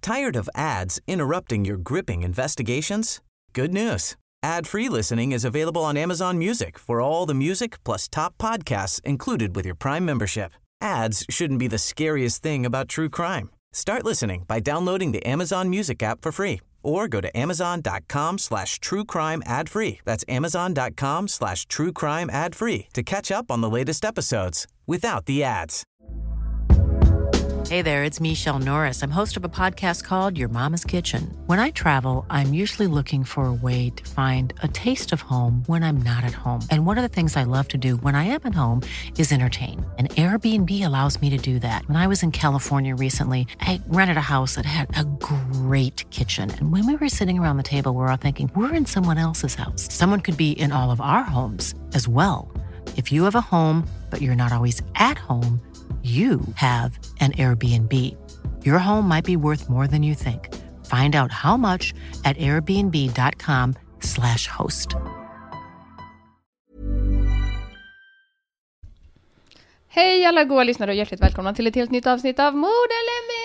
Tired of ads interrupting your gripping investigations? Good news. Ad-free listening is available on Amazon Music for all the music plus top podcasts included with your Prime membership. Ads shouldn't be the scariest thing about true crime. Start listening by downloading the Amazon Music app for free or go to amazon.com/truecrime ad-free. That's amazon.com/truecrime ad-free to catch up on the latest episodes without the ads. Hey there, it's Michelle Norris. I'm host of a podcast called Your Mama's Kitchen. When I travel, I'm usually looking for a way to find a taste of home when I'm not at home. And one of the things I love to do when I am at home is entertain. And Airbnb allows me to do that. When I was in California recently, I rented a house that had a great kitchen. And when we were sitting around the table, we were all thinking, we're in someone else's house. Someone could be in all of our homes as well. If you have a home, but you're not always at home, you have an Airbnb. Your home might be worth more than you think. Find out how much at airbnb.com/host. Hej alla goa lyssnare och hjärtligt välkomna till ett helt nytt avsnitt av Modelemmy!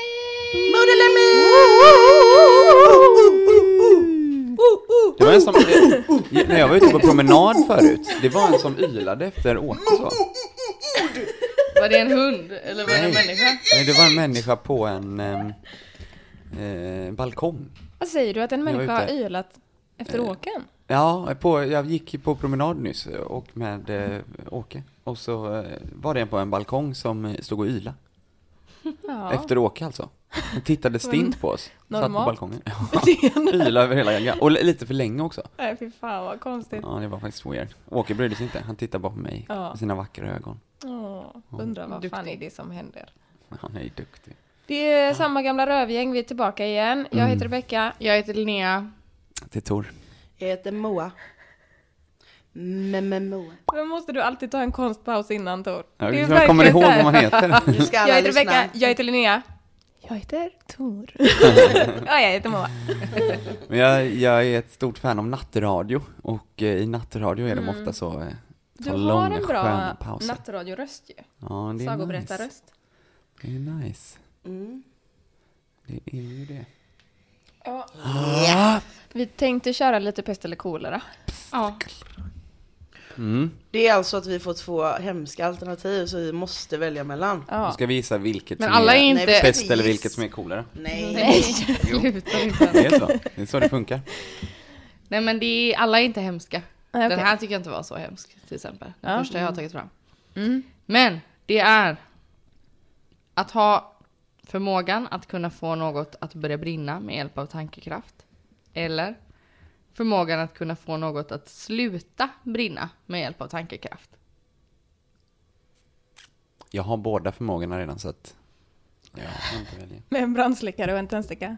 Det var en som, när jag var ute på promenad förut, det var en som ylade efter Åke så. Var det en hund eller var det en människa? Nej, det var en människa på en balkong. Vad säger du, att en människa har ylat efter Åken? Ja, jag gick på promenad nyss och med Åke. Och så var det en på en balkong som stod och yla. Ja. Efter Åke alltså. Han tittade stint på oss. Normalt. Satt på balkongen. Ja. Yla över hela gängen. Och lite för länge också. Nej, fy fan vad konstigt. Ja, det var faktiskt weird. Åke brydde sig inte. Han tittade bara på mig med sina vackra ögon. Undrar vad fan är det som händer. Han är duktig. Det är samma gamla rövgäng, vi är tillbaka igen. Jag heter Rebecka. Jag heter Linnea. Det är Tor. Jag heter Moa. Moa. Men måste du alltid ta en konstpaus innan, Tor? Ja, jag kommer ihåg vad man heter. Jag heter Rebecka, jag heter Linnea. Jag heter Tor. Ja, jag heter Moa. Men jag är ett stort fan av nattradio. Och i nattradio är de ofta så du har långa, en bra sköna pauser. nattradioröst ju. Ja, det är Sagoberättarröst. Nice. Det är nice. Det är ju det. Ja. Vi tänkte köra lite pest eller kolera. Ja. Det är alltså att vi får två hemska alternativ så vi måste välja mellan. Ja. Ska vi visa vilket men som alla är är inte pest eller vilket som är kolera? Nej. Sluta inte. Det är så det funkar. Nej, men alla är inte hemska. Okay. Den här tycker jag inte var så hemsk, till exempel. Den första jag har tagit fram. Mm. Men det är att ha förmågan att kunna få något att börja brinna med hjälp av tankekraft. Eller förmågan att kunna få något att sluta brinna med hjälp av tankekraft. Jag har båda förmågorna redan så att jag kan inte välja. Med en brandsläckare och en tändsticka.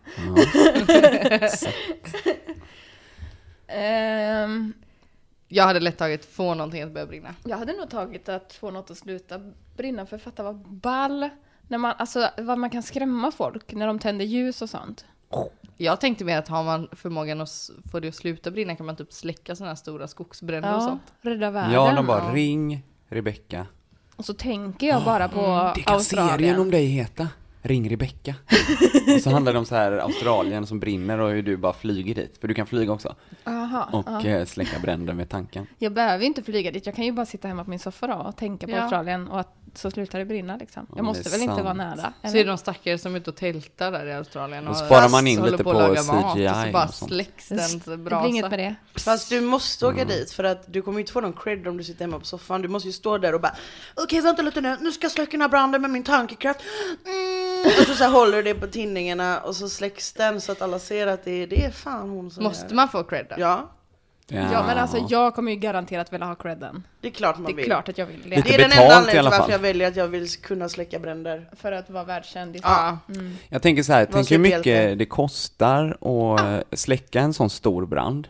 Jag hade lätt tagit få någonting att börja brinna. Jag hade nog tagit att få något att sluta brinna, för fatta vad ball när man, alltså vad man kan skrämma folk när de tänder ljus och sånt. Jag tänkte mer att har man förmågan att få det att sluta brinna kan man typ släcka sådana här stora skogsbränder och sånt. Rädda världen. Ja, de bara ring Rebecka. Och så tänker jag bara på det kan Australien. serien om dig heta. Ring Rebecka. Och så handlar det om så här Australien som brinner och hur du bara flyger dit. För du kan flyga också. Och släcka bränder med tanken. Jag behöver inte flyga dit. Jag kan ju bara sitta hemma på min soffa då och tänka på Australien och att så slutar det brinna liksom. Jag måste väl inte vara nära. Eller? Så är det de stackare som är ute och tältar där i Australien. Och sparar man in lite på CGI. Och så bara och släcks den brasa. Det blir inget med det. Fast du måste åka dit för att du kommer inte få någon cred om du sitter hemma på soffan. Du måste ju stå där och bara okej, vänta lite nu ska jag släcka den här branden med min tankekraft. Och så håller du det på tinningarna och så släcks den så att alla ser att det är fan hon som måste man få cred då? Ja. Ja, men alltså jag kommer ju garanterat vilja ha credden. Det är klart man vill. Det är klart att jag vill det. Lite det är den betalt enda i anledningen alla till fall. varför jag väljer att jag vill kunna släcka bränder. För att vara världskändis. Ja. Jag tänker så här, tänk hur mycket superhjälte. det kostar att släcka en sån stor brand.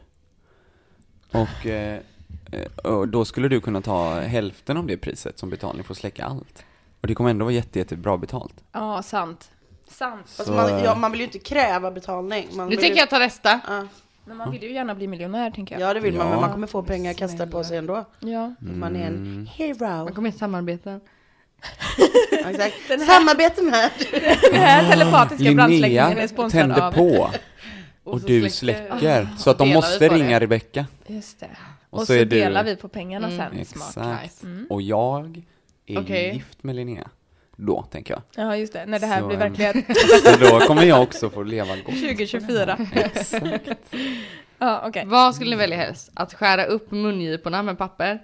Och då skulle du kunna ta hälften av det priset som betalning för att släcka allt. Och det kommer ändå vara jättebra betalt. Ja, sant. Fast man vill ju inte kräva betalning. Nu tänker jag ta resta. Men man vill ju gärna bli miljonär, tänker jag. Ja, det vill man, men man kommer få pengar kastade på sig ändå. Ja. Man är en hero. Man kommer i samarbete. Exakt. Samarbete med. Den här telepatiska brandsläckningen är Linnea sponsrad tänder av... på och du släcker. Så att de måste ringa Rebecca. Just det. Och så så är delar du... vi på pengarna sen. Exakt. Nice. Och jag är Okej. gift med Linnea. Då, tänker jag. Ja, just det. När det här Så, blir verklighet. Så då kommer jag också få leva gott. 2024. Ja, okej. Vad skulle ni välja helst? Att skära upp mungiporna med papper?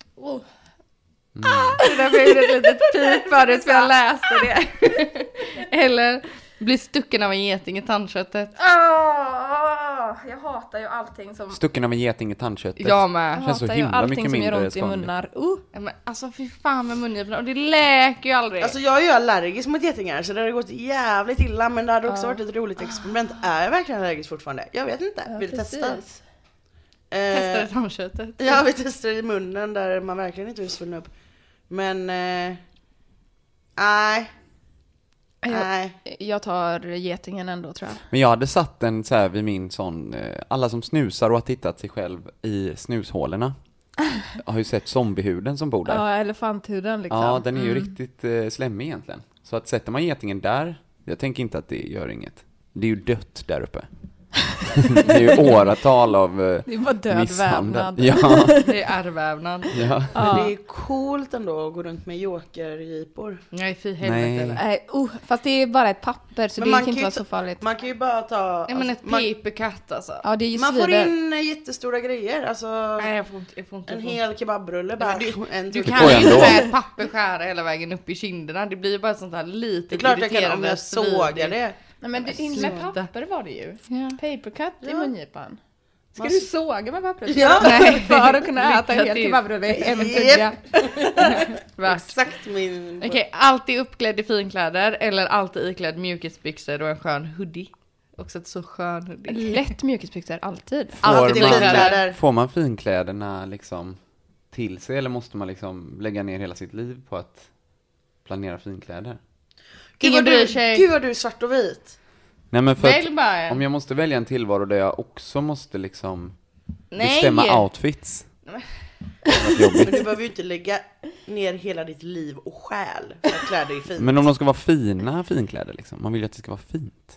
Det där blev ett litet pip förut för jag läste det. Eller bli stucken av en geting i tandköttet? Jag hatar ju allting som... Stucken av en geting i tandköttet. Jag med. Jag känns så hatar ju himla allting mycket som gör mindre ont i skadligt. munnar. Ja, men alltså fy fan med mungiporna. Och det läker ju aldrig. Alltså jag är ju allergisk mot getingar så det har gått jävligt illa, men det hade också varit ett roligt experiment. Är jag verkligen allergisk fortfarande? Jag vet inte. Vill du testa? Testa tandköttet. Ja, vi testar i munnen där man verkligen inte vill svullna upp. Men nej. Jag tar getingen ändå, tror jag. Men jag hade satt den så här vid min sån... alla som snusar och har tittat sig själv i snushålorna har ju sett zombiehuden som bor där. Ja, elefanthuden liksom. Ja, den är ju riktigt slemmig egentligen. Så att sätter man getingen där, jag tänker inte att det gör inget. Det är ju dött där uppe. Det är ju åratal av Det är bara död misshandel. vävnad. Ja, Det är ärrvävnad. ja. Men det är coolt ändå att gå runt med jokergipor. Nej, fy Nej. helvete. Nej, fast det är bara ett papper så Men det man kan kan inte ju vara ta- så farligt. Man kan ju bara ta... Nej, men ett man, papercut alltså. Ja, det är ju man får svider. in jättestora grejer. Alltså Nej, jag får inte. en hel kebabrulle bara. Du får kan ju ändå. inte med ett papper skära hela vägen upp i kinderna. Det blir ju bara sånt här lite Det är klart jag kan om irriterande jag sågar det. Nej, men det, in med sluta. papper var det ju. Ja. Papercut i Ja. mungipan. Ska Man- du såga med pappret? Ja. Nej, för att kunna äta en Lycka hel till. kebabrulle i en tugga. Värt. Exakt min... Okej, alltid uppklädd i finkläder eller alltid iklädd mjukisbyxor och en skön hoodie. Också ett så skön hoodie. Lätt mjukisbyxor, alltid. Alltid Får man- finkläder. Får man finkläderna liksom till sig eller måste man liksom lägga ner hela sitt liv på att planera finkläder? Ingen bryr sig. Gud vad du är svart och vit. Nej, men för Välj att, bara en. om jag måste välja en tillvaro där jag också måste liksom Nej. bestämma outfits. Det var Men jobbigt. du behöver ju inte lägga ner hela ditt liv och själ för att klä dig fint. Men om de ska vara fina finkläder liksom, man vill ju att det ska vara fint.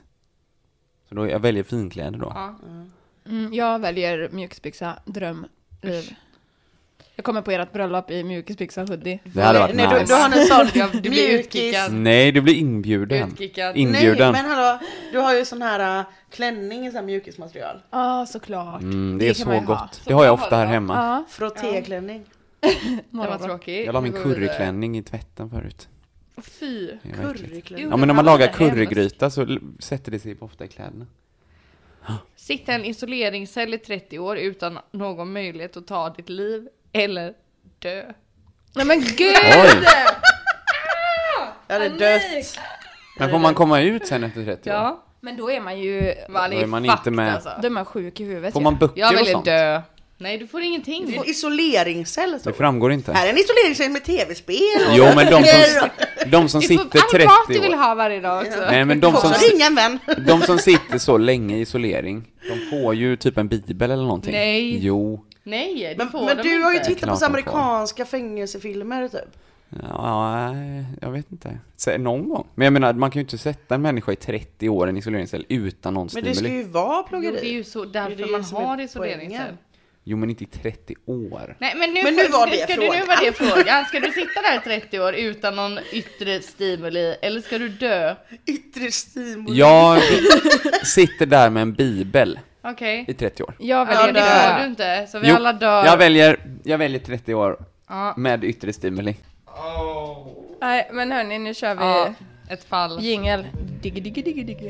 Så då jag väljer finkläder då. Ja. Jag väljer mjukisbyxa, drömliv. Jag kommer på ert bröllop i mjukisbyxa och hoodie. Det hade varit Nej, nice. du har en sån Du blir utkickad. Nej, du blir inbjuden. Utkickad. Inbjuden. Nej, men hallå, du har ju sån här klänning i sån här mjukismaterial. Ja, såklart. Det är kan man så ju ha. gott. Det har jag ofta här hemma. Ja, Frottéklänning. Det var tråkigt. Jag la min Vi går vidare. curryklänning i tvätten förut. Fy. Det är verkligen- Curryklänning. Ja, men när man lagar currygryta så sätter det sig ofta i kläderna. Sitta i en isoleringscell i 30 år utan någon möjlighet att ta ditt liv eller dö. Nej men gud! Oj! Jag hade dött. Men får man komma ut sen efter 30 år? Ja. Men då är man ju... Man Då är man fucked, inte med. Alltså. Då är man sjuk i huvudet. Får ju. man böcker Jag och väljer sånt? dö. Nej, du får ingenting. Det är en isoleringscell. Det Så. framgår inte. Här är en isoleringscell med tv-spel. Jo, men de som Du sitter får all mat du 30 vill år. ha varje dag också. Nej, men Du får också ringa en vän. de som sitter så länge i isolering, de får ju typ en bibel eller någonting. Nej. Jo. Nej, det får Men de du har ju inte. tittat på Klart så de får. amerikanska fängelsefilmer typ. Ja, jag vet inte. Någon gång. Men jag menar, man kan ju inte sätta en människa i 30 år i en isoleringscell utan någon Men det ska stimuli. ju vara Jo, plågeri. det är ju så Det är därför det man som är har poängen. isoleringscell. Jo, men inte i 30 år. Nej, men nu var det ska frågan. nu var det frågan. Ska du sitta där i 30 år utan någon yttre stimuli eller ska du dö? Yttre stimuli. Jag sitter där med en bibel Okej. i 30 år. Jag Ja, väljer det dö. får du inte. Så vi Jo, alla dör. jag väljer 30 år Ja. med yttre stimuli. Nej, men hörni, nu kör vi Ja, ett fall. jingel. Diggi, diggi, diggi, diggi.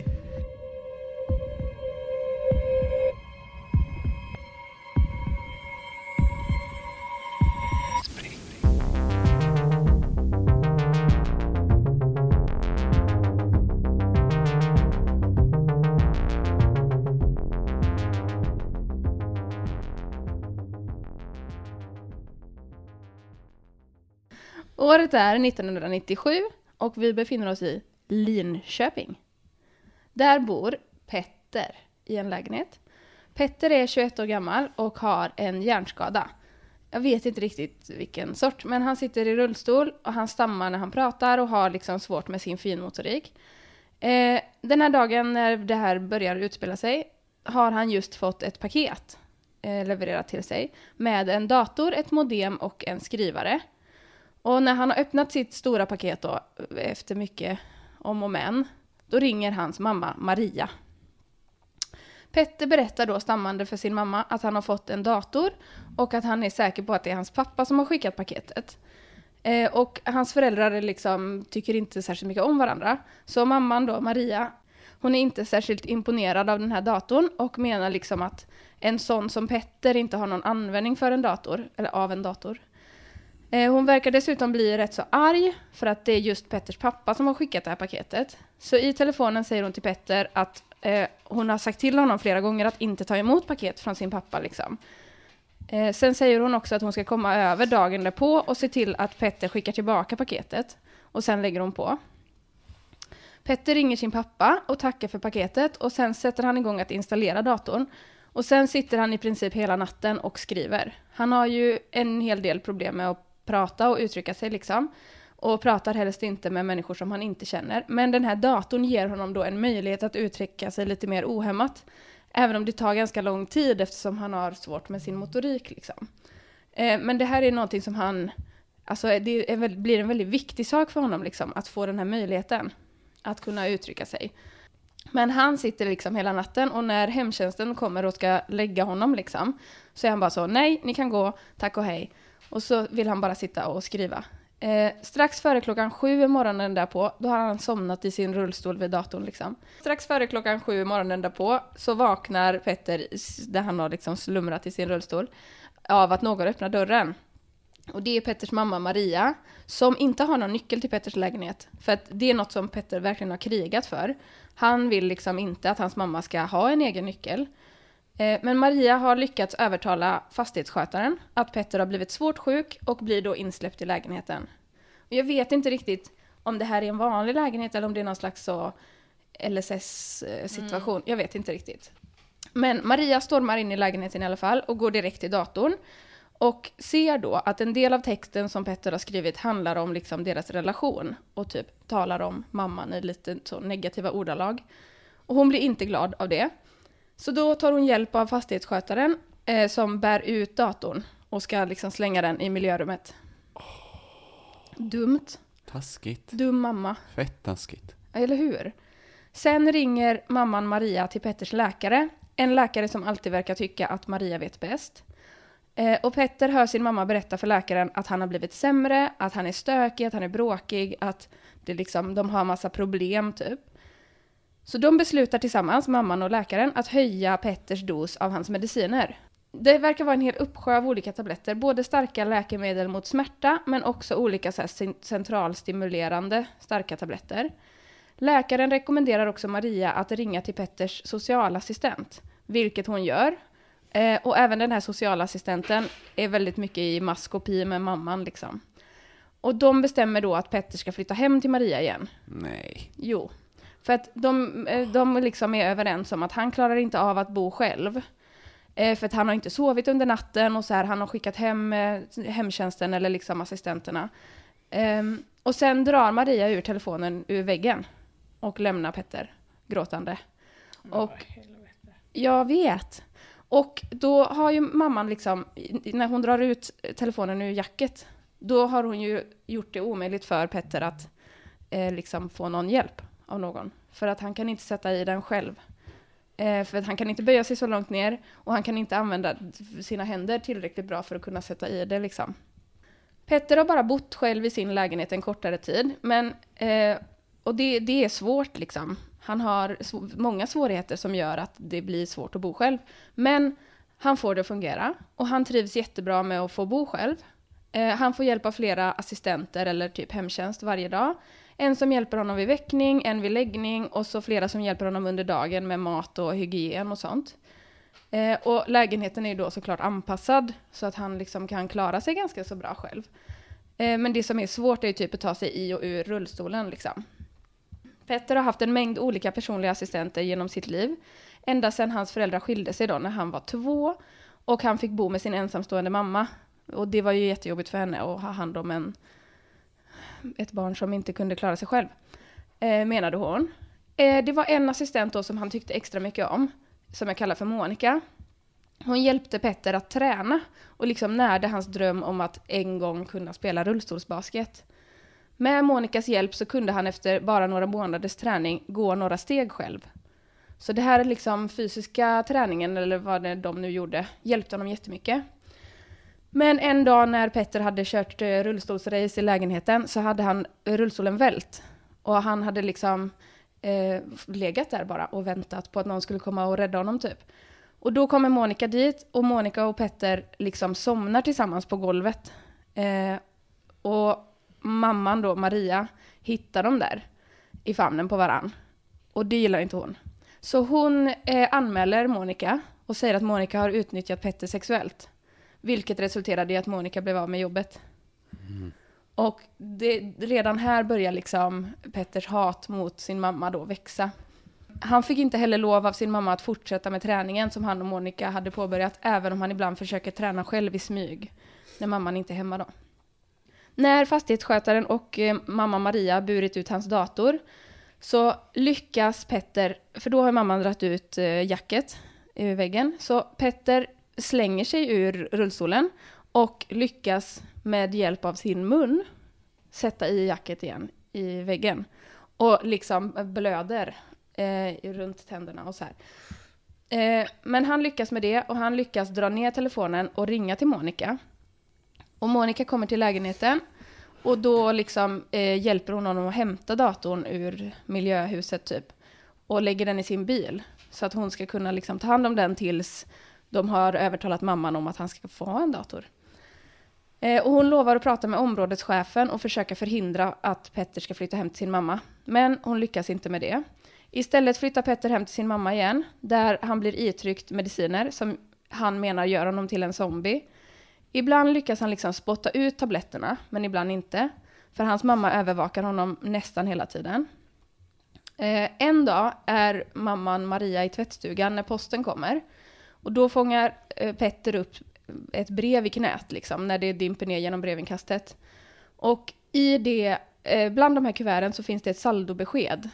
Året är 1997 och vi befinner oss i Linköping. Där bor Petter i en lägenhet. Petter är 21 år gammal och har en hjärnskada. Jag vet inte riktigt vilken sort, men han sitter i rullstol och han stammar när han pratar och har liksom svårt med sin finmotorik. Den här dagen när det här börjar utspela sig har han just fått ett paket levererat till sig med en dator, ett modem och en skrivare. Och när han har öppnat sitt stora paket då, efter mycket om och men, då ringer hans mamma Maria. Petter berättar då stammande för sin mamma att han har fått en dator och att han är säker på att det är hans pappa som har skickat paketet. Och hans föräldrar liksom tycker inte särskilt mycket om varandra. Så mamman då, Maria, hon är inte särskilt imponerad av den här datorn och menar liksom att en sån som Petter inte har någon användning för en dator, eller av en dator. Hon verkar dessutom bli rätt så arg för att det är just Petters pappa som har skickat det här paketet. Så i telefonen säger hon till Petter att hon har sagt till honom flera gånger att inte ta emot paket från sin pappa liksom. Sen säger hon också att hon ska komma över dagen därpå och se till att Petter skickar tillbaka paketet. Och sen lägger hon på. Petter ringer sin pappa och tackar för paketet och sen sätter han igång att installera datorn. Och sen sitter han i princip hela natten och skriver. Han har ju en hel del problem med att prata och uttrycka sig liksom. Och pratar helst inte med människor som han inte känner. Men den här datorn ger honom då en möjlighet att uttrycka sig lite mer ohämmat. Även om det tar ganska lång tid eftersom han har svårt med sin motorik liksom. Men det här är någonting som han... Alltså blir en väldigt viktig sak för honom liksom. Att få den här möjligheten att kunna uttrycka sig. Men han sitter liksom hela natten och när hemtjänsten kommer och ska lägga honom liksom. Så är han bara så, nej, ni kan gå, tack och hej. Och så vill han bara sitta och skriva. Strax före 7:00 morgonen därpå, då har han somnat i sin rullstol vid datorn liksom. Strax före 7:00 morgonen därpå så vaknar Petter, där han har liksom slumrat i sin rullstol, av att någon öppnar dörren. Och det är Petters mamma Maria som inte har någon nyckel till Petters lägenhet. För att det är något som Petter verkligen har krigat för. Han vill liksom inte att hans mamma ska ha en egen nyckel. Men Maria har lyckats övertala fastighetsskötaren att Petter har blivit svårt sjuk och blir då insläppt i lägenheten. Och jag vet inte riktigt om det här är en vanlig lägenhet eller om det är någon slags så LSS-situation. Jag vet inte riktigt. Men Maria stormar in i lägenheten i alla fall och går direkt till datorn. Och ser då att en del av texten som Petter har skrivit handlar om liksom deras relation. Och typ talar om mamman i lite så negativa ordalag. Och hon blir inte glad av det. Så då tar hon hjälp av fastighetsskötaren som bär ut datorn. Och ska liksom slänga den i miljörummet. Dumt. Taskigt. Dum mamma. Fett taskigt. Eller hur? Sen ringer mamman Maria till Petters läkare. En läkare som alltid verkar tycka att Maria vet bäst. Och Petter hör sin mamma berätta för läkaren att han har blivit sämre, att han är stökig, att han är bråkig, att det liksom, de har en massa problem typ. Så de beslutar tillsammans, mamman och läkaren, att höja Petters dos av hans mediciner. Det verkar vara en hel uppsjö av olika tabletter, både starka läkemedel mot smärta men också olika så här, centralstimulerande starka tabletter. Läkaren rekommenderar också Maria att ringa till Petters socialassistent, vilket hon gör. Och även den här socialassistenten är väldigt mycket i maskopi med mamman liksom. Och de bestämmer då att Petter ska flytta hem till Maria igen. Nej. Jo. För att de liksom är överens om att han klarar inte av att bo själv. För att han har inte sovit under natten och så här, han har skickat hem hemtjänsten eller liksom assistenterna. Och sen drar Maria ur telefonen ur väggen och lämnar Petter gråtande. Och jag vet. Och då har ju mamman liksom, när hon drar ut telefonen ur jacket, då har hon ju gjort det omöjligt för Petter att liksom få någon hjälp av någon. För att han kan inte sätta i den själv. För att han kan inte böja sig så långt ner och han kan inte använda sina händer tillräckligt bra för att kunna sätta i det liksom. Petter har bara bott själv i sin lägenhet en kortare tid, men och det är svårt liksom. Han har många svårigheter som gör att det blir svårt att bo själv. Men han får det att fungera. Och han trivs jättebra med att få bo själv. Han får hjälp av flera assistenter eller typ hemtjänst varje dag. En som hjälper honom vid väckning, en vid läggning. Och så flera som hjälper honom under dagen med mat och hygien och sånt. Och lägenheten är ju då såklart anpassad. Så att han liksom kan klara sig ganska så bra själv. Men det som är svårt är ju typ att ta sig i och ur rullstolen liksom. Petter har haft en mängd olika personliga assistenter genom sitt liv. Ända sedan hans föräldrar skilde sig då när han var 2. Och han fick bo med sin ensamstående mamma. Och det var ju jättejobbigt för henne att ha hand om ett barn som inte kunde klara sig själv, menade hon. Det var en assistent då som han tyckte extra mycket om, som jag kallar för Monica. Hon hjälpte Petter att träna och liksom närde hans dröm om att en gång kunna spela rullstolsbasket. Med Monicas hjälp så kunde han efter bara några månaders träning gå några steg själv. Så det här är liksom fysiska träningen, eller vad de nu gjorde, hjälpte honom jättemycket. Men en dag när Petter hade kört rullstolsrace i lägenheten så hade han rullstolen vält. Och han hade liksom legat där bara och väntat på att någon skulle komma och rädda honom typ. Och då kommer Monica dit och Monica och Petter liksom somnar tillsammans på golvet. Och mamman då, Maria, hittar dem där i famnen på varann. Och det gillar inte hon. Så hon anmäler Monica och säger att Monica har utnyttjat Petter sexuellt. Vilket resulterade i att Monica blev av med jobbet. Och redan här börjar liksom Petters hat mot sin mamma då växa. Han fick inte heller lov av sin mamma att fortsätta med träningen som han och Monica hade påbörjat, även om han ibland försöker träna själv i smyg när mamman inte är hemma då. När fastighetsskötaren och mamma Maria burit ut hans dator så lyckas Petter, för då har mamman dragit ut jacket ur väggen, så Petter slänger sig ur rullstolen och lyckas med hjälp av sin mun sätta i jacket igen i väggen och liksom blöder runt tänderna och så här. Men han lyckas med det och han lyckas dra ner telefonen och ringa till Monica. Och Monica kommer till lägenheten och då liksom hjälper hon honom att hämta datorn ur miljöhuset typ och lägger den i sin bil så att hon ska kunna liksom ta hand om den tills de har övertalat mamman om att han ska få ha en dator. Och hon lovar att prata med områdeschefen och försöka förhindra att Petter ska flytta hem till sin mamma. Men hon lyckas inte med det. Istället flyttar Petter hem till sin mamma igen, där han blir itryckt mediciner som han menar gör honom till en zombie. Ibland lyckas han liksom spotta ut tabletterna, men ibland inte. För hans mamma övervakar honom nästan hela tiden. En dag är mamman Maria i tvättstugan när posten kommer. Och då fångar Petter upp ett brev i knät liksom, när det dimper ner genom brevinkastet. Och i det, bland de här kuverten så finns det ett saldobesked.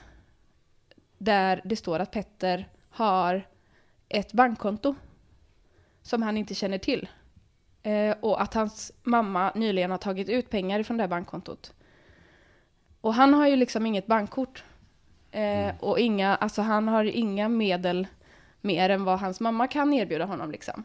Där det står att Petter har ett bankkonto som han inte känner till. Och att hans mamma nyligen har tagit ut pengar ifrån det här bankkontot. Och han har ju liksom inget bankkort. Och han har inga medel mer än vad hans mamma kan erbjuda honom liksom.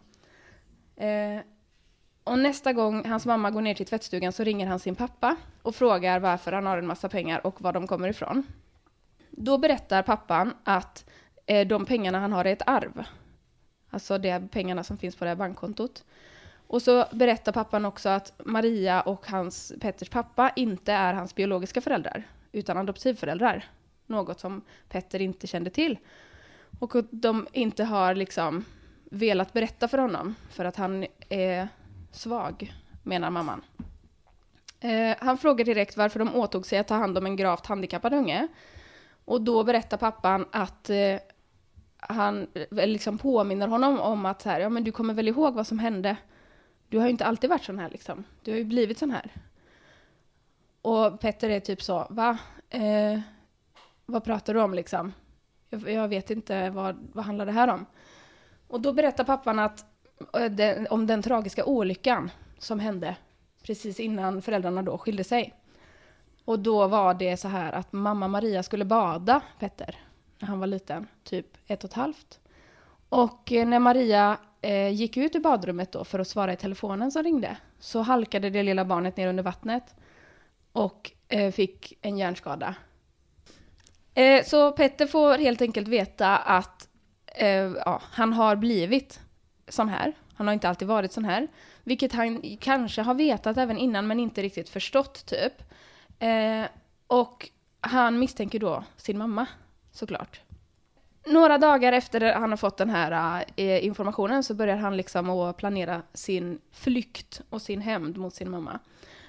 Och nästa gång hans mamma går ner till tvättstugan så ringer han sin pappa och frågar varför han har en massa pengar och var de kommer ifrån. Då berättar pappan att de pengarna han har är ett arv. Alltså de pengarna som finns på det här bankkontot. Och så berättar pappan också att Maria och Petters pappa inte är hans biologiska föräldrar utan adoptivföräldrar. Något som Petter inte kände till. Och att de inte har liksom velat berätta för honom för att han är svag, menar mamman. Han frågar direkt varför de åtog sig att ta hand om en gravt handikappad unge. Och då berättar pappan att han liksom påminner honom om att så här, ja, men du kommer väl ihåg vad som hände. Du har ju inte alltid varit sån här liksom. Du har ju blivit sån här. Och Petter är typ så, va? Vad pratar du om liksom? Jag vet inte vad handlar det här om. Och då berättar pappan om den tragiska olyckan som hände precis innan föräldrarna då skilde sig. Och då var det så här att mamma Maria skulle bada Petter när han var liten, typ 1,5. Och när Maria gick ut i badrummet då för att svara i telefonen som ringde så halkade det lilla barnet ner under vattnet och fick en hjärnskada. Så Petter får helt enkelt veta att han har blivit sån här. Han har inte alltid varit sån här. Vilket han kanske har vetat även innan men inte riktigt förstått typ. Och han misstänker då sin mamma såklart. Några dagar efter han har fått den här informationen så börjar han liksom att planera sin flykt och sin hämnd mot sin mamma.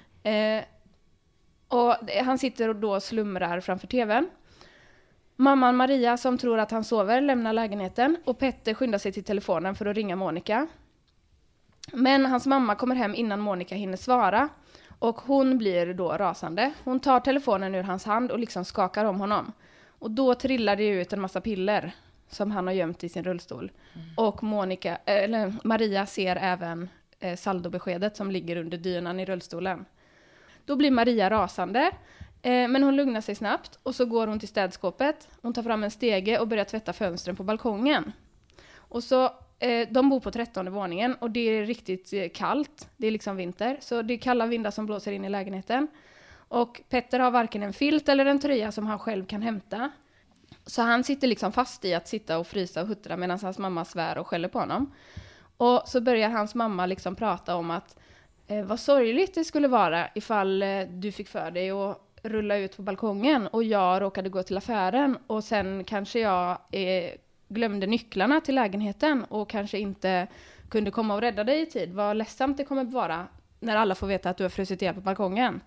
Och han sitter och då slumrar framför tvn. Mamman Maria som tror att han sover lämnar lägenheten och Petter skyndar sig till telefonen för att ringa Monica. Men hans mamma kommer hem innan Monica hinner svara. Och hon blir då rasande. Hon tar telefonen ur hans hand och liksom skakar om honom. Och då trillar det ut en massa piller som han har gömt i sin rullstol. Och Maria ser även saldobeskedet som ligger under dynan i rullstolen. Då blir Maria rasande. Men hon lugnar sig snabbt och så går hon till städskåpet. Hon tar fram en stege och börjar tvätta fönstren på balkongen. Och så, de bor på 13:e våningen och det är riktigt kallt. Det är liksom vinter, så det är kalla vindar som blåser in i lägenheten. Och Petter har varken en filt eller en tröja som han själv kan hämta. Så han sitter liksom fast i att sitta och frysa och huttra medan hans mamma svär och skäller på honom. Och så börjar hans mamma liksom prata om att vad sorgligt det skulle vara ifall du fick för dig att rulla ut på balkongen och jag råkade gå till affären och sen kanske jag glömde nycklarna till lägenheten och kanske inte kunde komma och rädda dig i tid. Vad ledsamt det kommer att vara när alla får veta att du har frusit ihjäl på balkongen.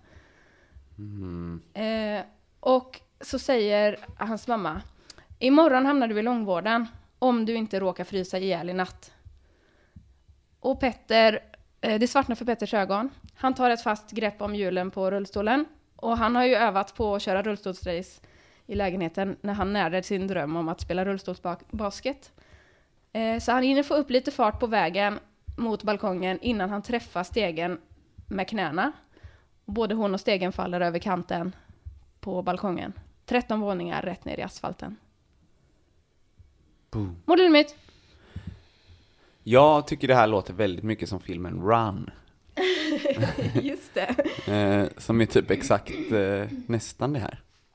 Och så säger hans mamma: imorgon hamnar du i långvården om du inte råkar frysa ihjäl i natt. Och Petter, det svartnar för Petters ögon. Han tar ett fast grepp om hjulen på rullstolen. Och han har ju övat på att köra rullstolsrace i lägenheten när han närde sin dröm om att spela rullstolsbasket. Så han hinner få upp lite fart på vägen mot balkongen innan han träffar stegen med knäna. Både hon och stegen faller över kanten på balkongen. 13 våningar rätt ner i asfalten. Modelmitt. Jag tycker det här låter väldigt mycket som filmen Run. Just det. Som är typ exakt nästan det här.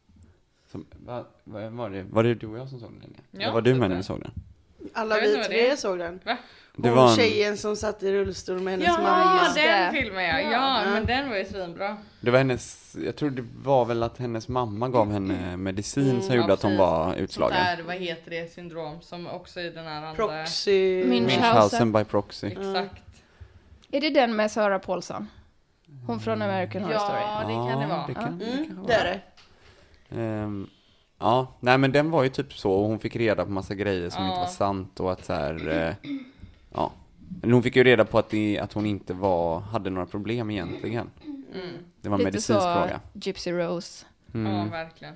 Var det du och jag som såg den? Ja, var du med när vi såg den? Alla vi tre såg den. Va? Det Hon var tjejen som satt i rullstol med hennes mamma. Ja, den filmen ja, men den var ju svinbra. Det var hennes, jag tror det var väl att hennes mamma gav henne medicin som gjorde att hon var utslagen. Där, vad heter det, syndrom som också i den här andra... Proxy. Münchhausen by proxy. Exakt. Är det den med Sarah Paulson? Hon från American Horror Story. Ja, det kan det vara. Det kan Det är det. Ja, nej men den var ju typ så. Och hon fick reda på massa grejer som inte var sant. Och att så här, ja. Men hon fick ju reda på att hon inte hade några problem egentligen. Det var en medicinsk fråga. Gypsy Rose. Ja, verkligen.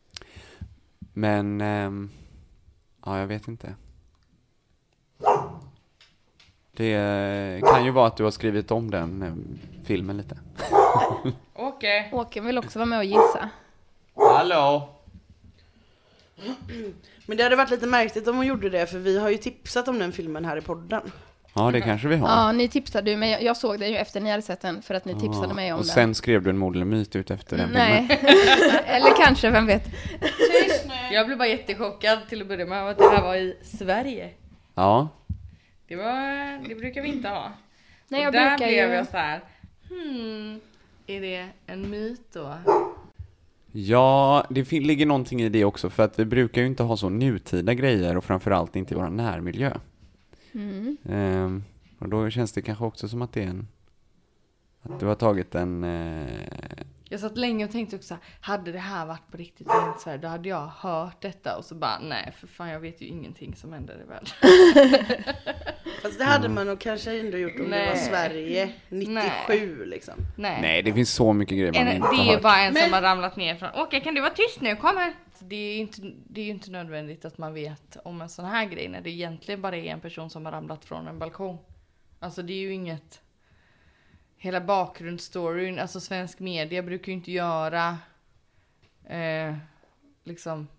Men, ja jag vet inte. Det kan ju vara att du har skrivit om den filmen lite. Okej. Åke vill också vara med och gissa. Hallå! Men det hade varit lite märkligt om hon gjorde det, för vi har ju tipsat om den filmen här i podden. Ja, det kanske vi har. Ja, ni tipsade ju mig. Jag såg den ju efter ni hade sett den för att ni tipsade mig om och den. Och sen skrev du en modell myt ut efter den Nej. filmen. Eller kanske, vem vet. Jag blev bara jättechockad till att börja med att det här var i Sverige. Ja. Det brukar vi inte ha. Nej, jag och där brukar blev ju... jag så här. Är det en myt då? Ja, det ligger någonting i det också, för att vi brukar ju inte ha så nutida grejer och framförallt inte i vår närmiljö. Och då känns det kanske också som att det är att du har tagit en... Jag satt länge och tänkte också, hade det här varit på riktigt i Sverige, då hade jag hört detta och så bara, nej för fan jag vet ju ingenting som händer i världen. Fast det hade man nog kanske ändå gjort om det var Sverige 97 liksom. Nej, det finns så mycket grejer man inte har hört. Det är bara en som har ramlat ner från, okej kan du vara tyst nu, kom här. Det är ju inte nödvändigt att man vet om en sån här grej när det egentligen bara är en person som har ramlat från en balkong. Alltså det är ju inget... Hela bakgrundsstoryn, alltså svensk media brukar ju inte göra liksom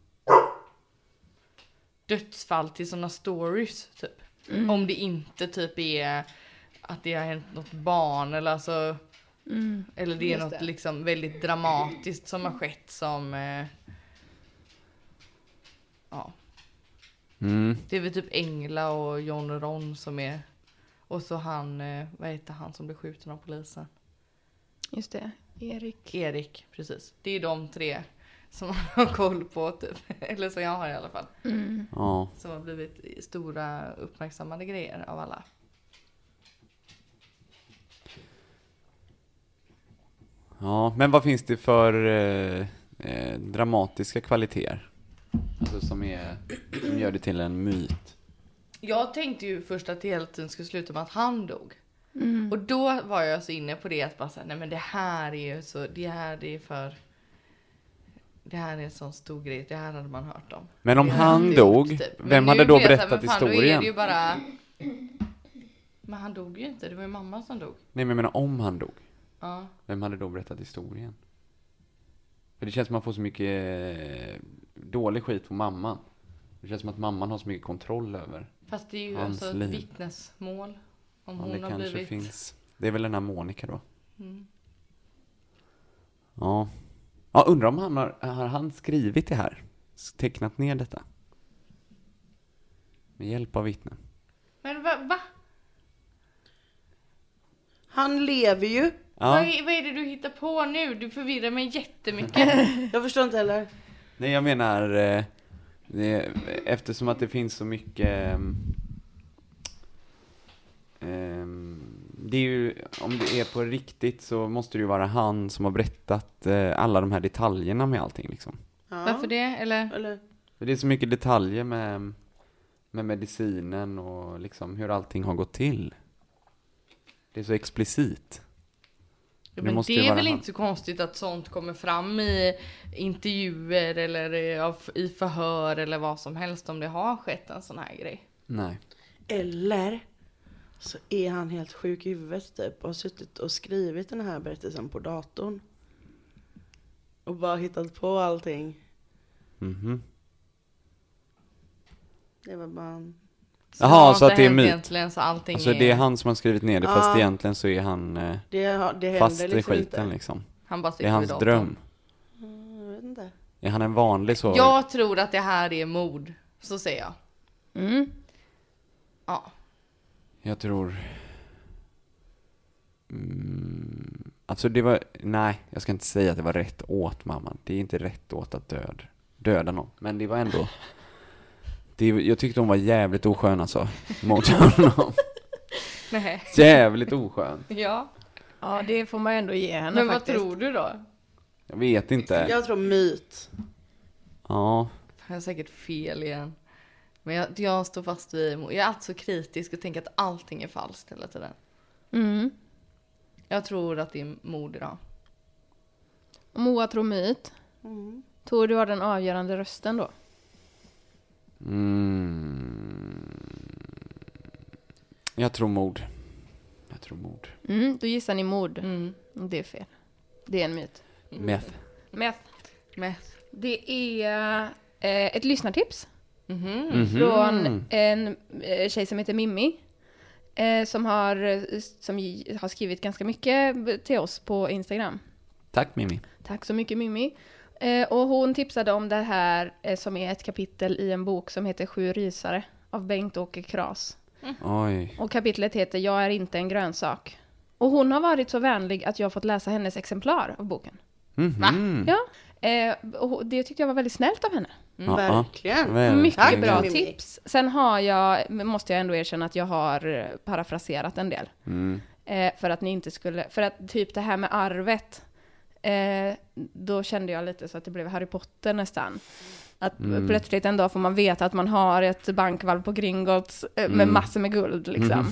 dödsfall till såna stories typ. Om det inte typ är att det har hänt något barn eller alltså eller det är något liksom väldigt dramatiskt som har skett som ja. Det är väl typ Engla och John Ron som är. Och så han, vad heter han som blev skjuten av polisen? Just det, Erik, precis. Det är de tre som man har koll på typ. Eller så jag har i alla fall. Ja. Som har blivit stora uppmärksammade grejer av alla. Ja, men vad finns det för dramatiska kvaliteter? Alltså som gör det till en myt. Jag tänkte ju först att det hela tiden skulle sluta med att han dog. Och då var jag så inne på det att bara säga, nej men det här är ju så, det här är en sån stor grej, det här hade man hört om. Men om Det han hade dog, gjort, typ. vem Men hade nu då blir jag så här, berättat men fan, Då är historien? det ju bara... Men han dog ju inte, det var ju mamma som dog. Nej, men jag menar om han dog. Ja. Vem hade då berättat historien? För det känns som att man får så mycket dålig skit på mamman. Det känns som att mamman har så mycket kontroll över. Fast det är ju Hans alltså ett liv. vittnesmål. Om Ja, hon det har kanske blivit... finns. Det är väl den här Monica då. Mm. Ja. Ja, undrar om har han skrivit det här? Tecknat ner detta? Med hjälp av vittnen. Men va? Han lever ju. Ja. Vad är det du hittar på nu? Du förvirrar mig jättemycket. Jag förstår inte heller. Nej, jag menar eftersom att det finns så mycket det är ju, om det är på riktigt så måste det ju vara han som har berättat alla de här detaljerna med allting liksom. Ja. Varför det? Eller? För det är så mycket detaljer med medicinen och liksom hur allting har gått till. Det är så explicit. Ja, Det men måste det ju är vara väl han. inte så konstigt att sånt kommer fram i intervjuer eller i förhör eller vad som helst om det har skett en sån här grej. Nej. Eller så är han helt sjuk i huvudet typ och har suttit och skrivit den här berättelsen på datorn. Och bara hittat på allting. Mhm. Det var bara... Jaha, har så inte att det är hänt myt. Egentligen, så allting Alltså det är han som har skrivit ner det, Ja. fast egentligen så är han Det händer fast i liksom skiten inte. liksom. Han bara Det är sitter hans vid datorn. dröm. Jag vet inte. Är han en vanlig så? Jag tror att det här är mord. Så säger jag. Mm. Ja. Jag tror... Alltså det var... Nej, jag ska inte säga att det var rätt åt mamman. Det är inte rätt åt att döda någon. Men det var ändå... Jag tyckte hon var jävligt oskön alltså. Mot honom. Nej. Jävligt oskön. Ja. Ja, det får man ändå ge henne Men vad faktiskt. tror du då? Jag vet inte. Jag tror myt. Ja. Jag har säkert fel igen. Men jag står fast vid... Jag är alltid så kritisk och tänker att allting är falskt hela tiden. Mm. Jag tror att det är mord idag. Och Moa tror myt. Tror du har den avgörande rösten då? Jag tror mord. Då gissar ni mord. Mm. Det är fel. Det är en myt. Meth. Meth. Meth. Det är ett lyssnartips Mhm. från en tjej som heter Mimmi. Som har skrivit ganska mycket till oss på Instagram. Tack Mimmi. Tack så mycket Mimmi. Och hon tipsade om det här som är ett kapitel i en bok som heter 7 rysare av Bengt-Åke Kras. Oj. Och kapitlet heter Jag är inte en grönsak. Och hon har varit så vänlig att jag har fått läsa hennes exemplar av boken. Mhm. Ja. Och det tyckte jag var väldigt snällt av henne. Ja, Verkligen. verkligen. Mycket Tack, bra Mimmi. tips. Sen måste jag ändå erkänna att jag har parafraserat en del. För att ni inte skulle, för att typ det här med arvet, då kände jag lite så att det blev Harry Potter nästan. Att plötsligt en dag får man veta att man har ett bankvalv på Gringotts med massor med guld liksom.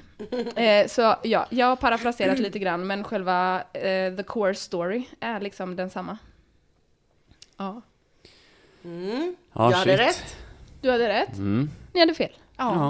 Så ja, jag har parafraserat lite grann, men själva the core story är liksom densamma. Ja. Ja, Jag hade shit. rätt. Du hade rätt. Ni hade fel. Ja.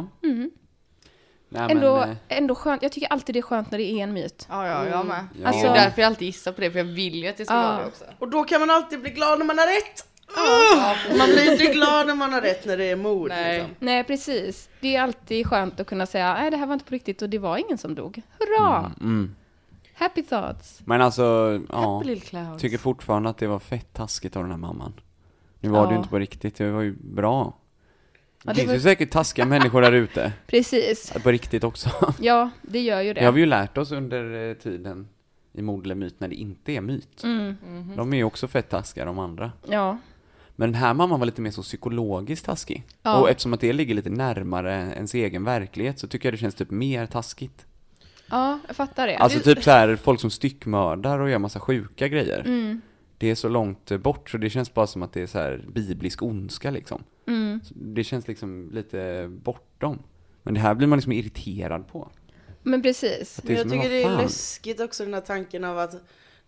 Nej, Ändå skönt. Jag tycker alltid det är skönt när det är en myt. Ja, jag med. Ja. Det är ju därför jag alltid gissar på det, för jag vill ju att det ska vara det också. Och då kan man alltid bli glad när man har rätt. Man blir inte glad när man har rätt när det är mord. Nej. Liksom. Nej, precis. Det är alltid skönt att kunna säga nej, det här var inte på riktigt och det var ingen som dog. Hurra! Happy thoughts. Men alltså, ja. Little clouds. Tycker fortfarande att det var fett taskigt av den här mamman. Nu var det ju inte på riktigt, det var ju bra. Det finns ju säkert taskiga människor där ute. Precis. På riktigt också. Ja, det gör ju det. Det har vi ju lärt oss under tiden i mord eller myt när det inte är myt. De är ju också fett taskiga, de andra. Ja. Men den här mamman var lite mer så psykologiskt taskig. Ja. Och eftersom att det ligger lite närmare ens egen verklighet så tycker jag det känns typ mer taskigt. Ja, jag fattar det. Alltså typ så här folk som styckmördar och gör massa sjuka grejer. Det är så långt bort så det känns bara som att det är så här biblisk ondska liksom. Så det känns liksom lite bortom. Men det här blir man liksom irriterad på. Men precis. Det är Jag som, tycker vad det är fan? läskigt också den här tanken av att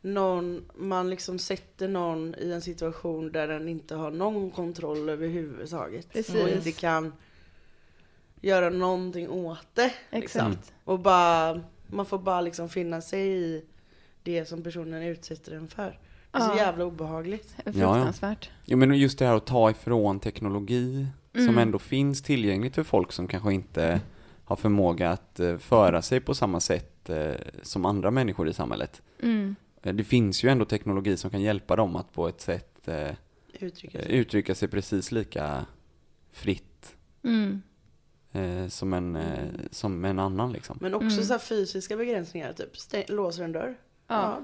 man liksom sätter någon i en situation där den inte har någon kontroll överhuvudtaget. Precis. Och inte kan göra någonting åt det. Liksom. Exakt. Och man får bara liksom finna sig i det som personen utsätter den för. Det är så Ja. jävla obehagligt. Fruktansvärt. Jo, men just det här att ta ifrån teknologi som ändå finns tillgängligt för folk som kanske inte har förmåga att föra sig på samma sätt som andra människor i samhället. Det finns ju ändå teknologi som kan hjälpa dem att på ett sätt uttrycka sig precis lika fritt som en annan liksom. Men också så här fysiska begränsningar, typ låser en dörr. Ja,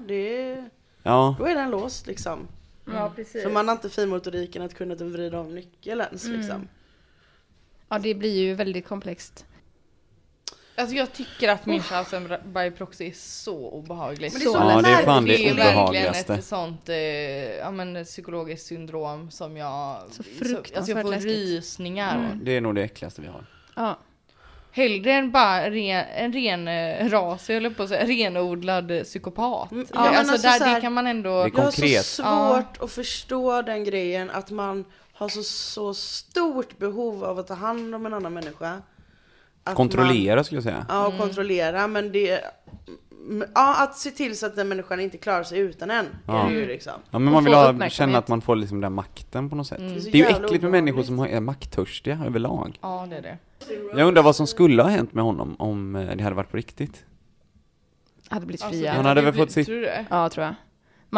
då är den låst liksom. Ja, precis. Så man har inte finmotoriken att kunna typ vrida om nyckeln ens liksom. Ja, det blir ju väldigt komplext. Alltså jag tycker att Münchhausen by proxy är så obehagligt. Men det är så Ja, det är fan Det det är verkligen obehagligaste. ett sånt psykologiskt syndrom som jag... Så fruktansvärt alltså jag får läskigt. rysningar. Det är nog det äckligaste vi har. Ja. Hellre än bara en ren ras, jag höll på att säga, renodlad psykopat. men Alltså alltså där, så här- det kan man ändå... Det är Jag har konkret. så svårt att förstå den grejen att man har så stort behov av att ta hand om en annan människa. Att Kontrollera skulle jag säga. Ja, och kontrollera, men det... Ja, att se till så att den människan inte klarar sig utan en. Ja. Är det ju liksom. Ja, men Och man vill få känna uppmärksamhet. att man får liksom den makten på något sätt. Det är så Det är ju jävla äckligt med människor obehagligt. som är makttörstiga överlag. Ja, det är det. Jag undrar vad som skulle ha hänt med honom om det hade varit på riktigt. Hade blivit Alltså, fria. Han hade väl fått sitt... Tror du det? Ja, tror jag.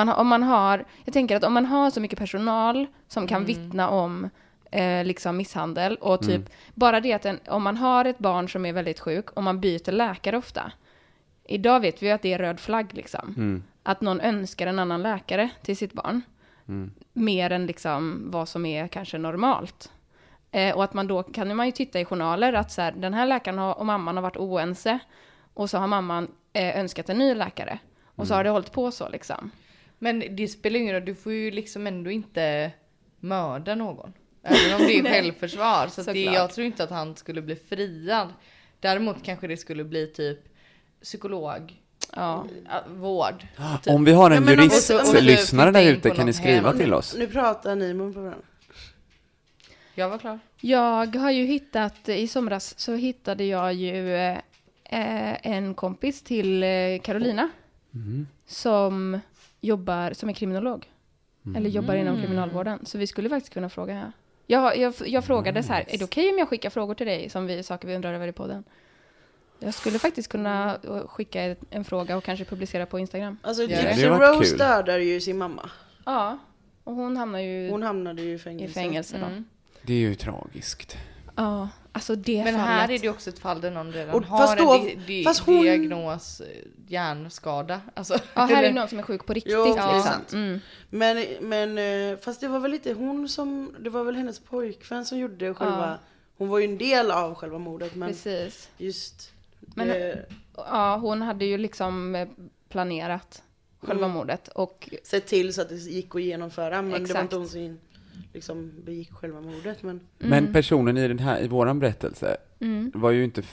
Jag tänker att om man har så mycket personal som kan vittna om liksom misshandel och typ bara det att om man har ett barn som är väldigt sjuk och man byter läkare ofta. Idag vet vi ju att det är röd flagg liksom. Att någon önskar en annan läkare till sitt barn. Mer än liksom vad som är kanske normalt. Och att man då kan man ju titta i journaler att så här, den här läkaren och mamman har varit oense. Och så har mamman önskat en ny läkare. Och så har det hållit på så liksom. Men det spelar ingen roll, du får ju liksom ändå inte mörda någon. Även om det är självförsvar. Så att jag tror inte att han skulle bli friad. Däremot kanske det skulle bli typ psykolog. Vård. Typ. Om vi har en men juristlyssnare där ute, på kan ni något skriva hem. till oss? Nu pratar ni mun på varandra. Jag var klar. Jag har ju hittat, i somras så hittade jag ju en kompis till Carolina. Som är kriminolog. Eller jobbar inom kriminalvården. Så vi skulle faktiskt kunna fråga här. Jag frågade så här, är det okej om jag skickar frågor till dig som saker vi undrar över i podden? Jag skulle faktiskt kunna skicka en fråga och kanske publicera på Instagram. Alltså det Gypsy hade varit Rose kul. dödade ju sin mamma. Ja, och hon hamnade ju i fängelse. i fängelse då. Det är ju tragiskt. Ja, alltså det Men fallet. här är det också ett fall där någon redan Och har fast då- en fast hon- diagnos hjärnskada. Alltså, Ja, här är någon som är sjuk på riktigt. Jo, det är liksom. sant. Mm. Men fast det var väl inte hon som, det var väl hennes pojkvän som gjorde själva, hon var ju en del av själva mordet, men Precis. just Men- det, Ja, hon hade ju liksom planerat själva mordet och sett till så att det gick att genomföra, men det var Exakt. inte hon som liksom begick själva mordet, men Men personen i våran berättelse var ju inte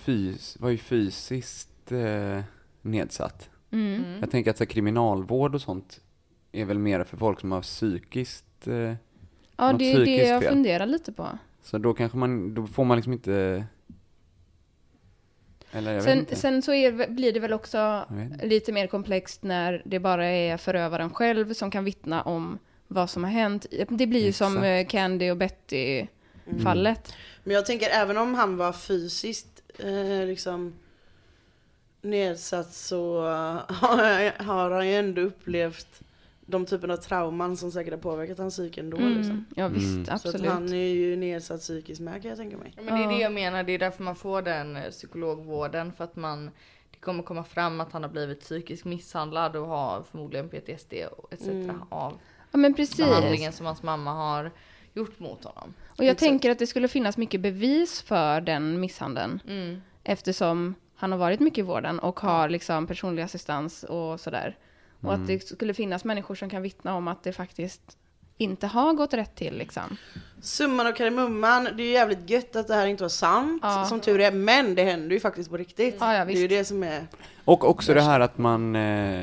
fysiskt nedsatt. Jag tänker att så här, kriminalvård och sånt är väl mer för folk som har psykiskt ja, något det är det psykiskt jag fel. funderar lite på. Så då kanske då får man liksom inte... Eller jag vet inte. Sen så blir det väl också lite mer komplext när det bara är förövaren själv som kan vittna om vad som har hänt. Det blir ju som Candy och Betty-fallet. Men jag tänker även om han var fysiskt liksom nedsatt, så har han ju ändå upplevt de typen av trauman som säkert har påverkat hans psyke ändå liksom. Ja visst, Så att absolut. han är ju nedsatt psykiskt med, kan jag tänka mig. Ja, men det är det jag menar, det är därför man får den psykologvården, för att det kommer komma fram att han har blivit psykiskt misshandlad och har förmodligen PTSD etc. av Ja men precis. behandlingen som hans mamma har gjort mot honom. Och jag tänker att det skulle finnas mycket bevis för den misshandeln. Eftersom han har varit mycket i vården och har liksom personlig assistans och sådär. Och att det skulle finnas människor som kan vittna om att det faktiskt inte har gått rätt till liksom. Summan och kardemumman, det är ju jävligt gött att det här inte var sant, som tur är, men det händer ju faktiskt på riktigt. Ja, det är ju visst. det som är... Och också det här att man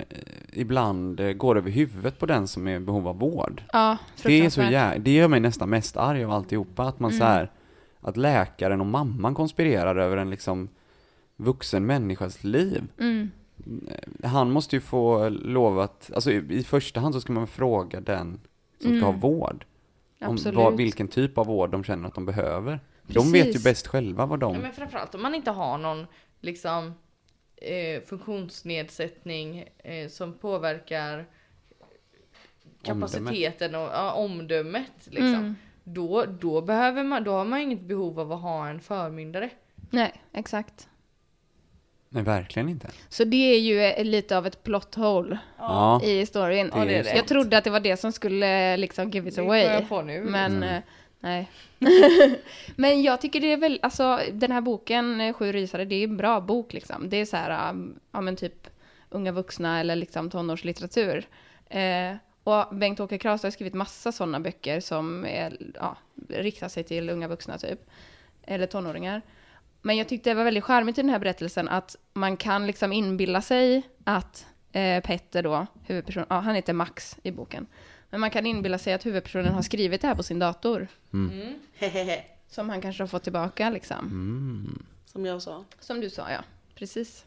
ibland går över huvudet på den som är i behov av vård. Ja, Det är så fruktansvärt. det gör mig nästan mest arg av alltihopa, att man så här, att läkaren och mamman konspirerar över en liksom vuxen människas liv. Han måste ju få lov att, alltså i första hand så ska man fråga den som ska ha vård. Om Absolut. vilken typ av vård de känner att de behöver. De Precis. vet ju bäst själva vad de... Ja, men framförallt om man inte har någon liksom funktionsnedsättning som påverkar kapaciteten och omdömet liksom. Då har man inget behov av att ha en förmyndare. Nej, exakt. Nej, verkligen inte. Så det är ju lite av ett plot hole Ja. i storyn. Det är sant. Jag trodde att det var det som skulle liksom give it Det away. får jag på nu. Men nej. Men jag tycker det är väl, alltså den här boken, 7 rysare, det är en bra bok liksom. Det är så här, ja men typ unga vuxna eller liksom tonårslitteratur. Och Bengt-Åke Kras har skrivit massa sådana böcker som är, riktar sig till unga vuxna typ. Eller tonåringar. Men jag tyckte det var väldigt charmigt i den här berättelsen att man kan liksom inbilla sig att Petter då, huvudpersonen, han heter Max i boken. Men man kan inbilla sig att huvudpersonen har skrivit det här på sin dator. Som han kanske har fått tillbaka liksom. Som jag sa. Som du sa, ja. Precis.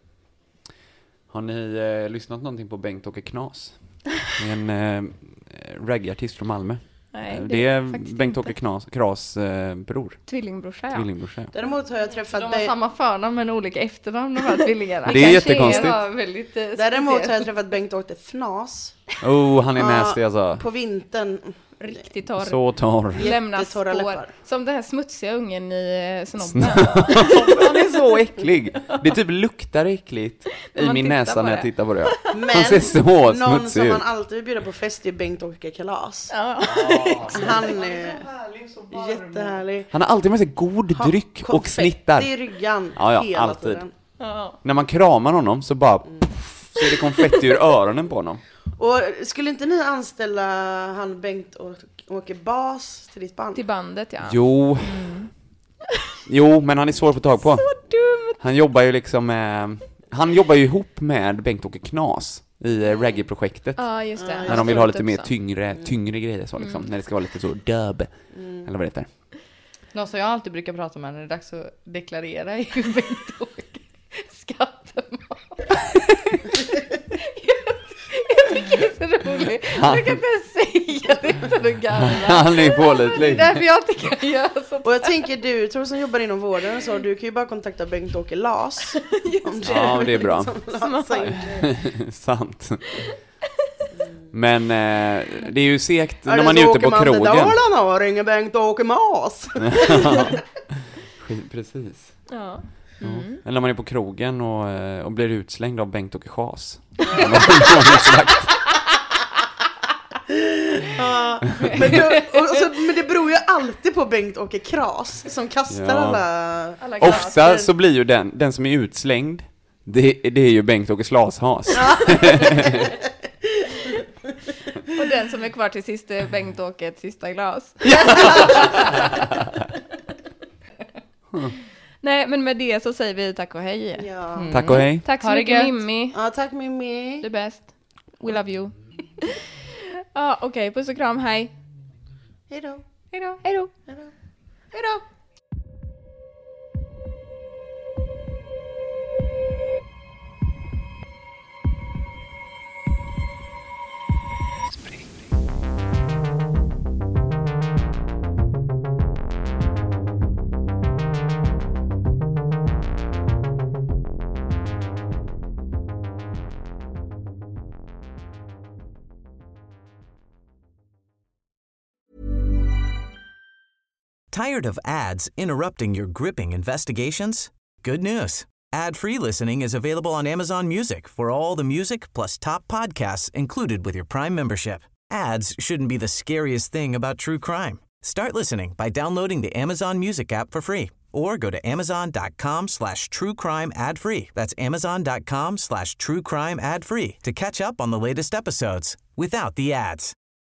Har ni lyssnat någonting på Bengt-Åke Knas? En reggae-artist från Malmö. Nej, Det är faktiskt Bengt-Åke Kras bror. Tvillingbrorsa, ja. Tvillingbrorsa. Däremot har jag träffat... De har samma förnamn men olika efternamn, de här tvillingarna. Det är jättekonstigt. Det var väldigt Däremot har jag träffat Bengt-Åke Fnas Oh, han är nasty alltså. på vintern. Riktigt torr. Så torr. Lämnar Jättetorra spår. läppar. Som den här smutsiga ungen i snobben. Han är så äcklig. Det typ luktar äckligt När i man min tittar näsa på när jag det. tittar på det. Men Han ser så någon smutsig som ut. man alltid vill bjuda på fest är Bengt-Åke Kalas. Ja. Han är jättehärlig. Han har alltid med sig god dryck och snittar. i ryggan Ja, hela alltid. tiden. När man kramar honom så bara så är det konfetti ur öronen på honom. Och skulle inte ni anställa han Bengt-Åke Bas till ditt band? Till bandet, ja. Jo, men han är svår att få tag på. Så dumt. Han jobbar ju liksom med... Han jobbar ju ihop med Bengt-Åke Knas i reggae-projektet. Ja, just det. När de vill ha lite mer tyngre grejer så liksom. När det ska vara lite så dub. Eller vad det heter. Någon som jag alltid brukar prata med när det är dags att deklarera är ju Bengt-Åke Skattemat. Jag tycker det är så roligt. Jag kan inte ens säga det utan att garva. Han är pålitlig. Det är därför jag inte kan göra så. Och jag tänker du, tror som jobbar inom vården så du kan ju bara kontakta Bengt-Åke Las. Om du Ja, det är bra. Lasa in. Sant. Men det är ju segt Ja, när man så är ute åker på man till krogen. Dalarna och ringer Bengt-Åke Mas. Precis. Ja. Eller när man är på krogen och blir utslängd av Bengt-Åke Chas. Men det beror ju alltid på Bengt-Åke Kras som kastar Ja. alla glas. Ofta så blir ju den som är utslängd, det är ju Bengt-Åke Slashas. Och den som är kvar till sist är Bengt-Åke ett sista glas. Nej, men med det så säger vi tack och hej. Ja. Tack och hej. Tack så Ha det mycket gött. Mimmi. Ja, tack Mimmi. Du är bäst. We love you. Ja, okej. Puss och kram. Hej. Hej då. Hej då. Hej då. Hej då. Tired of ads interrupting your gripping investigations? Good news. Ad-free listening is available on Amazon Music for all the music plus top podcasts included with your Prime membership. Ads shouldn't be the scariest thing about true crime. Start listening by downloading the Amazon Music app for free or go to amazon.com/truecrime ad-free. That's amazon.com/truecrime ad-free to catch up on the latest episodes without the ads.